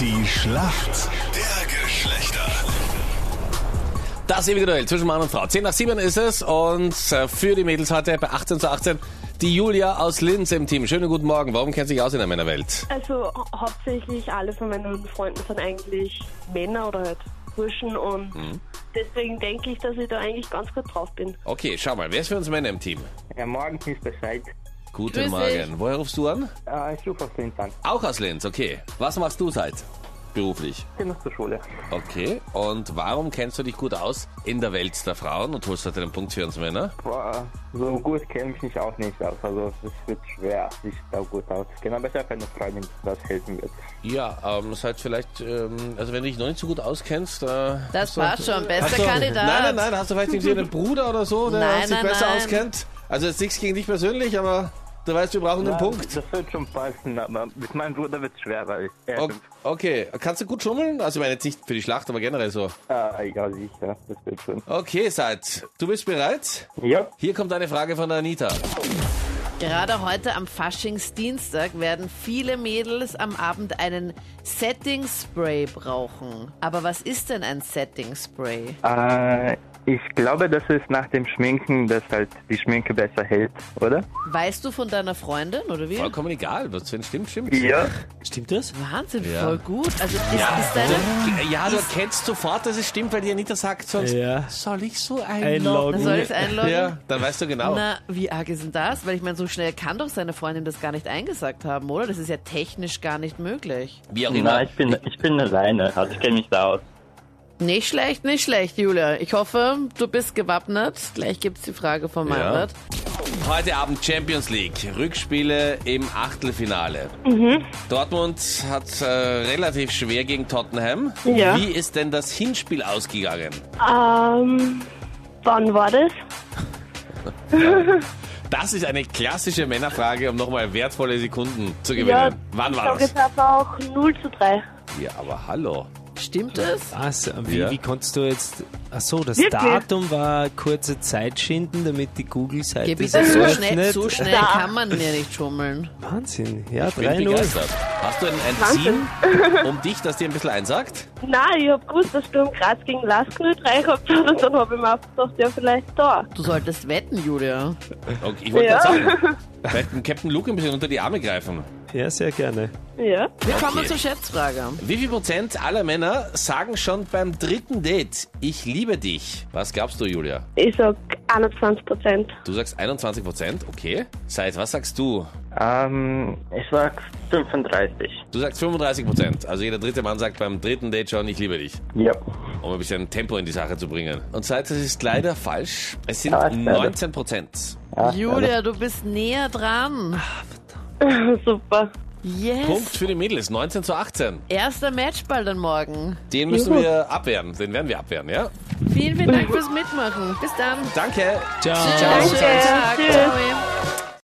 Die Schlacht der Geschlechter. Das ewige Duell zwischen Mann und Frau. 10 nach 7 ist es und für die Mädels heute bei 18 zu 18 die Julia aus Linz im Team. Schönen guten Morgen. Warum kennt sich aus in der Männerwelt? Also hauptsächlich alle von meinen Freunden sind eigentlich Männer oder halt Burschen und deswegen denke ich, dass ich da eigentlich ganz gut drauf bin. Okay, schau mal. Wer ist für uns Männer im Team? Ja, morgen ist Bescheid. Guten Grüß Morgen. dich. Woher rufst du an? Ich rufe auf Linz an. Auch aus Linz, okay. Was machst du seit beruflich? Ich gehe noch zur Schule. Okay. Und warum kennst du dich gut aus in der Welt der Frauen und holst heute den Punkt für uns Männer? Boah, so gut kenne ich mich auch nicht aus. Also es wird schwer, sich da gut auszukennen. Aber ich habe eine Freundin, die das helfen wird. Ja, das heißt vielleicht, also wenn du dich noch nicht so gut auskennst... Das passt schon, bester Kandidat. Nein, hast du vielleicht irgendwie einen Bruder oder so, der Nein, sich nein, besser nein. auskennt? Also jetzt nichts gegen dich persönlich, aber du weißt, wir brauchen den Ja, Punkt. Das wird schon passen, aber mit meinem Bruder wird es schwer, weil Okay, kannst du gut schummeln? Also ich meine jetzt nicht für die Schlacht, aber generell so. ja, sicher, das wird schon. Okay, Seid, du bist bereit? Ja, Hier kommt eine Frage von der Anita. Gerade heute am Faschingsdienstag werden viele Mädels am Abend einen Setting Spray brauchen. Aber was ist denn ein Setting Spray? ich glaube, das ist nach dem Schminken, dass halt die Schminke besser hält, oder? Weißt du von deiner Freundin oder wie? Vollkommen egal, was wenn stimmt. Ja. Stimmt das? Wahnsinn, Ja. voll gut. Also ist deine... Ja, du erkennst sofort, dass es stimmt, weil die Anita sagt sonst, Ja. soll ich so Einloggen. Soll ich es einloggen? Ja, dann weißt du genau. Na, wie arg ist denn das? Weil ich meine, so schnell kann doch seine Freundin das gar nicht eingesagt haben, oder? Das ist ja technisch gar nicht möglich. Wie auch immer. Nein, ich bin alleine, also ich kenne mich da aus. Nicht schlecht, Julia. Ich hoffe, du bist gewappnet. Gleich gibt's die Frage von Ja. Marbert. Heute Abend Champions League, Rückspiele im Achtelfinale. Dortmund hat relativ schwer gegen Tottenham. Ja. Wie ist denn das Hinspiel ausgegangen? Wann war das? Das ist eine klassische Männerfrage, um nochmal wertvolle Sekunden zu gewinnen. Ja, Wann ich war sage das? jetzt einfach auch 0:3. Ja, aber hallo. Stimmt es? Was? Ja. Wie konntest du jetzt... Ach so, das Wirklich? Datum war kurze Zeit schinden, damit die Google-Seite Geh bitte sich so öffnet. schnell kann man ja nicht schummeln. Wahnsinn, ja, Bin 3-0. begeistert. Hast du ein Wahnsinn. Ziel um dich, das dir ein bisschen einsagt? Nein, ich hab gewusst, dass Sturm Graz gegen Lask 0:3 gehabt hat und dann habe ich mir einfach gedacht, ja, vielleicht da. Du solltest wetten, Julia. Okay, ich wollte Ja. gerade sagen, vielleicht dem Captain Luke ein bisschen unter die Arme greifen. Ja, sehr gerne. Ja. Wir kommen Okay. zur Schätzfrage. Wie viel Prozent aller Männer sagen schon beim dritten Date, ich liebe dich? Was glaubst du, Julia? Ich sag 21%. Du sagst 21%, okay. Seid, was sagst du? Ich sag 35. Du sagst 35%. Also jeder dritte Mann sagt beim dritten Date schon, ich liebe dich. Ja. Um ein bisschen Tempo in die Sache zu bringen. Und Seid, das ist leider falsch. Es sind Ja, ist leider. 19%. Julia, du bist näher dran. Super. Yes. Punkt für die Mädels, 19 zu 18. Erster Matchball dann morgen. Den müssen wir abwehren. Den werden wir abwehren, ja? Vielen Dank fürs Mitmachen. Bis dann. Danke. Ciao. Schönen Danke. Tag. Tschüss. Ciao.